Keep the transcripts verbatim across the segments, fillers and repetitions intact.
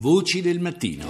Voci del mattino.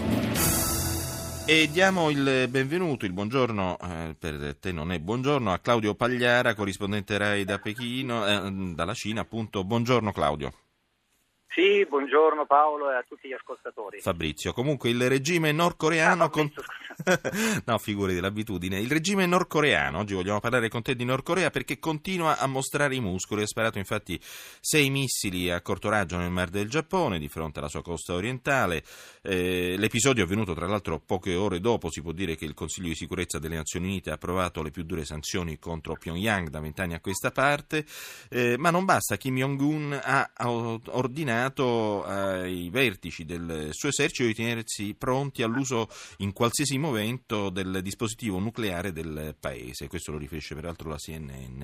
E diamo il benvenuto, il buongiorno, eh, per te non è buongiorno, a Claudio Pagliara, corrispondente Rai da Pechino, eh, dalla Cina appunto. Buongiorno Claudio. Sì, buongiorno Paolo e a tutti gli ascoltatori. Fabrizio, comunque il regime nordcoreano... Ah, Fabrizio, con... no, figuri dell'abitudine. Il regime nordcoreano, oggi vogliamo parlare con te di Nord Corea perché continua a mostrare i muscoli. Ha sparato infatti sei missili a corto raggio nel Mar del Giappone di fronte alla sua costa orientale. Eh, l'episodio è avvenuto tra l'altro poche ore dopo, si può dire che il Consiglio di sicurezza delle Nazioni Unite ha approvato le più dure sanzioni contro Pyongyang da vent'anni a questa parte, eh, ma non basta. Kim Jong-un ha ordinato ai vertici del suo esercito di tenersi pronti all'uso in qualsiasi momento del dispositivo nucleare del paese. Questo lo riferisce peraltro la C N N.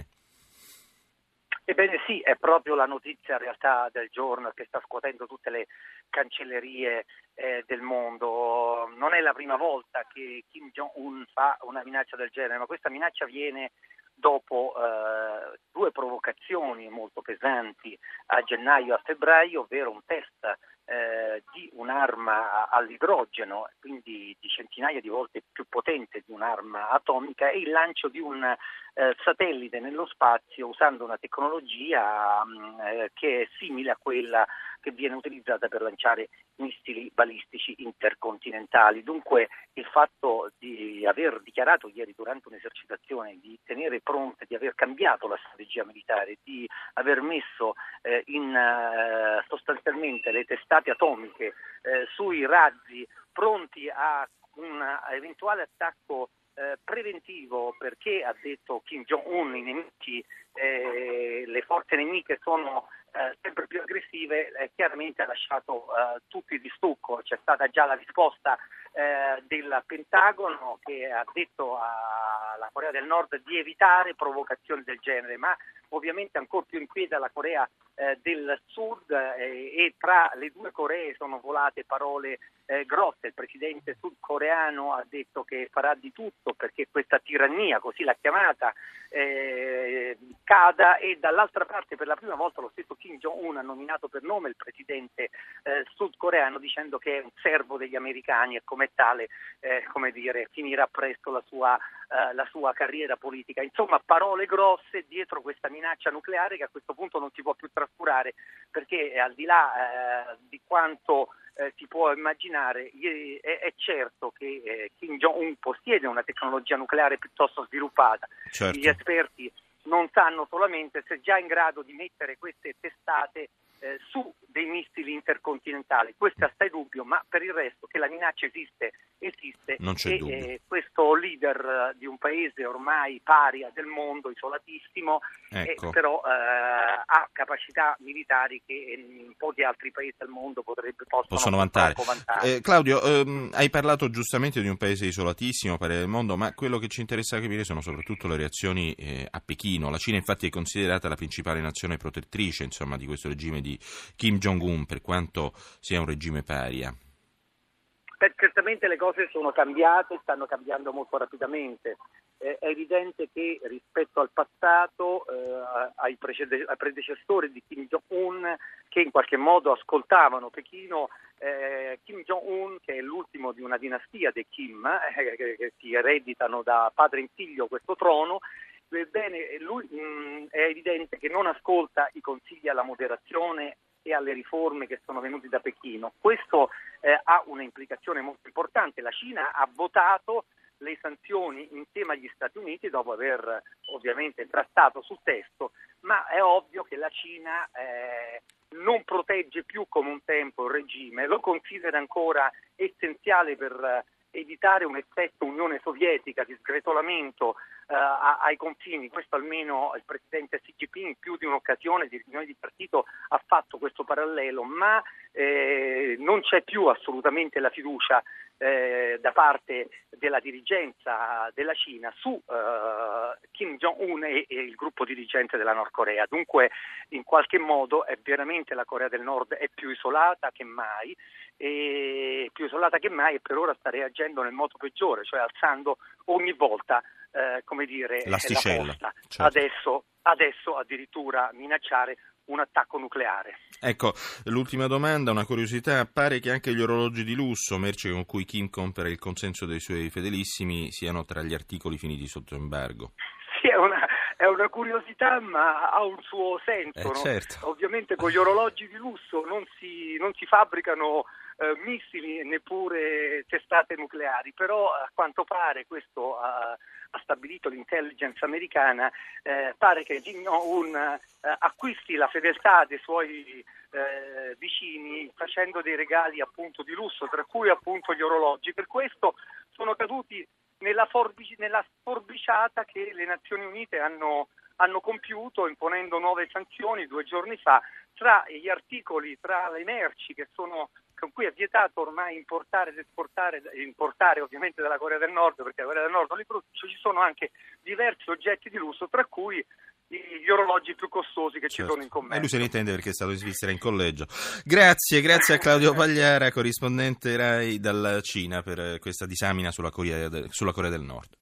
Ebbene sì, è proprio la notizia in realtà del giorno che sta scuotendo tutte le cancellerie eh, del mondo. Non è la prima volta che Kim Jong-un fa una minaccia del genere, ma questa minaccia viene dopo eh, due provocazioni molto pesanti a gennaio e a febbraio, ovvero un test eh, di un'arma all'idrogeno, quindi di centinaia di volte più potente di un'arma atomica, e il lancio di un eh, satellite nello spazio usando una tecnologia mh, eh, che è simile a quella che viene utilizzata per lanciare missili balistici intercontinentali. Dunque il fatto di aver dichiarato ieri durante un'esercitazione di tenere pronte, di aver cambiato la strategia militare, di aver messo eh, in eh, sostanzialmente le testate atomiche eh, sui razzi pronti a un eventuale attacco eh, preventivo, perché ha detto Kim Jong-un i nemici, eh, le forze nemiche sono Eh, sempre più aggressive, eh, chiaramente ha lasciato eh, tutti di stucco. C'è stata già la risposta eh, del Pentagono, che ha detto alla Corea del Nord di evitare provocazioni del genere, ma ovviamente ancora più inquieta la Corea eh, del Sud, eh, e tra le due Coree sono volate parole eh, grosse. Il presidente sudcoreano ha detto che farà di tutto perché questa tirannia, così l'ha chiamata, eh, cada, e dall'altra parte per la prima volta lo stesso Kim Jong-un ha nominato per nome il presidente eh, sudcoreano, dicendo che è un servo degli americani e come tale eh, come dire, finirà presto la sua, eh, la sua carriera politica. Insomma, parole grosse dietro questa minaccia nucleare che a questo punto non si può più trascurare, perché eh, al di là eh, di quanto eh, si può immaginare, è, è certo che eh, Kim Jong-un possiede una tecnologia nucleare piuttosto sviluppata. Certo. Gli esperti non sanno solamente se è già in grado di mettere queste testate eh, su dei missili intercontinentali. Questo è assai dubbio, ma per il resto che la minaccia esiste, esiste. Non c'è e dubbio. Eh, questo leader uh, di un paese ormai paria del mondo, isolatissimo, Ecco. eh, però eh, ha capacità militari che in pochi altri paesi del mondo potrebbe, possono, possono vantare. vantare. Eh, Claudio, ehm, hai parlato giustamente di un paese isolatissimo, paria del mondo, ma quello che ci interessa capire sono soprattutto le reazioni eh, a Pechino. La Cina infatti è considerata la principale nazione protettrice, insomma, di questo regime di Kim Jong-un, per quanto sia un regime paria. Beh, certamente le cose sono cambiate, stanno cambiando molto rapidamente. Eh, è evidente che rispetto al passato, eh, ai, precede- ai predecessori di Kim Jong-un, che in qualche modo ascoltavano Pechino, eh, Kim Jong-un, che è l'ultimo di una dinastia dei Kim, eh, che, che si ereditano da padre in figlio questo trono, ebbene, lui mh, è evidente che non ascolta i consigli alla moderazione e alle riforme che sono venuti da Pechino. Questo eh, ha una implicazione molto importante. La Cina ha votato le sanzioni insieme agli Stati Uniti dopo aver ovviamente trattato sul testo, ma è ovvio che la Cina eh, non protegge più come un tempo il regime, lo considera ancora essenziale per evitare un effetto Unione Sovietica di sgretolamento eh, ai confini. Questo almeno il presidente Xi Jinping in più di un'occasione di riunioni di partito ha fatto questo parallelo, ma eh, non c'è più assolutamente la fiducia eh, da parte della dirigenza della Cina su eh, Kim Jong-un e, e il gruppo dirigente della Nord Corea. Dunque in qualche modo è veramente la Corea del Nord è più isolata che mai, e più isolata che mai e per ora sta reagendo nel modo peggiore, cioè alzando ogni volta eh, come dire l'asticella, la posta. certo. Adesso, adesso addirittura minacciare un attacco nucleare. Ecco, l'ultima domanda, una curiosità: pare che anche gli orologi di lusso, merce con cui Kim compra il consenso dei suoi fedelissimi, siano tra gli articoli finiti sotto embargo. Sì, è una, è una curiosità, ma ha un suo senso. Eh, no? certo. Ovviamente con gli orologi di lusso non si, non si fabbricano eh, missili e neppure testate nucleari, però a quanto pare questo ha, ha stabilito l'intelligence americana, eh, pare che Kim Jong-un eh, acquisti la fedeltà dei suoi eh, vicini facendo dei regali appunto di lusso, tra cui appunto gli orologi. Per questo sono caduti nella, forbici, nella forbiciata che le Nazioni Unite hanno, hanno compiuto imponendo nuove sanzioni due giorni fa tra gli articoli, tra le merci che sono con cui è vietato ormai importare ed esportare, importare ovviamente dalla Corea del Nord, perché la Corea del Nord non li produce, ci sono anche diversi oggetti di lusso, tra cui gli orologi più costosi che certo. ci sono in commercio. E lui se ne intende perché è stato in Svizzera in collegio. Grazie, grazie a Claudio Pagliara, corrispondente RAI dalla Cina, per questa disamina sulla Corea, sulla Corea del Nord.